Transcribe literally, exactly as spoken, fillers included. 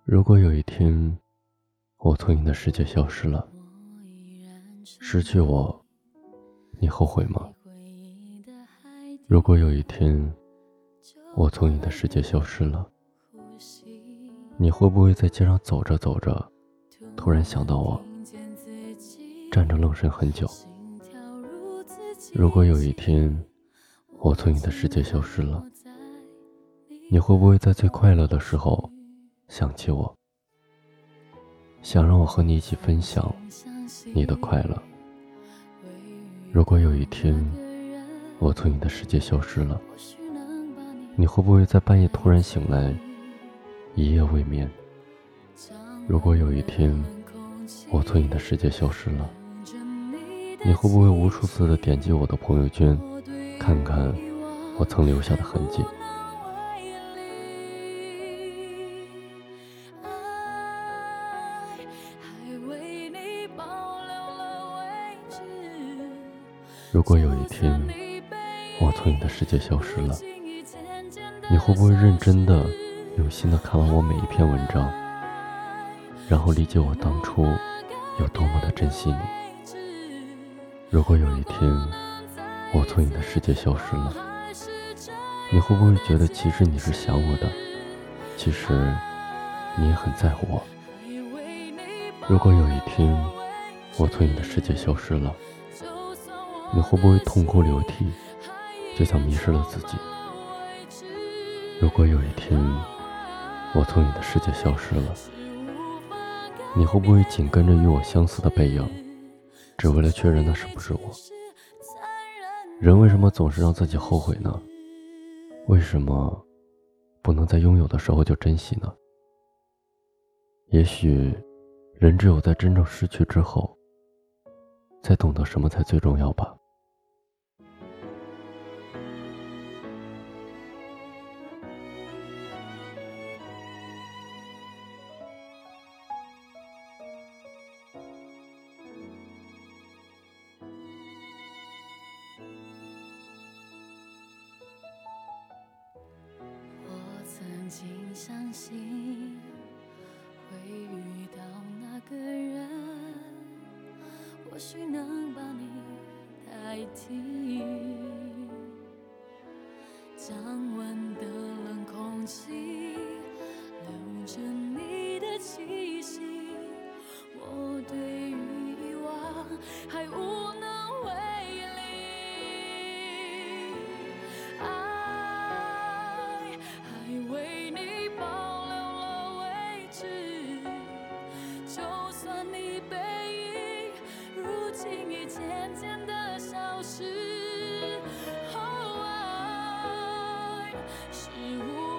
如果有一天，我从你的世界消失了，失去我，你后悔吗？如果有一天，我从你的世界消失了，你会不会在街上走着走着，突然想到我，站着愣神很久？如果有一天，我从你的世界消失了，你会不会在最快乐的时候想起我，想让我和你一起分享你的快乐？如果有一天我从你的世界消失了，你会不会在半夜突然醒来，一夜未眠？如果有一天我从你的世界消失了，你会不会无数次的点击我的朋友圈，看看我曾留下的痕迹？如果有一天我从你的世界消失了，你会不会认真的用心的看完我每一篇文章，然后理解我当初有多么的珍惜你？如果有一天我从你的世界消失了，你会不会觉得其实你是想我的，其实你也很在乎我？如果有一天我从你的世界消失了，你会不会痛哭流涕，就像迷失了自己？如果有一天我从你的世界消失了，你会不会紧跟着与我相似的背影，只为了确认那是不是我？人为什么总是让自己后悔呢？为什么不能在拥有的时候就珍惜呢？也许人只有在真正失去之后，才懂得什么才最重要吧。 曾经相信会遇到那个人，或许能把你代替。降温的冷空气，留着你的气息，我对于遗忘还无能为力。为你保留了位置，就算你背影如今已渐渐的消失。哦，爱是无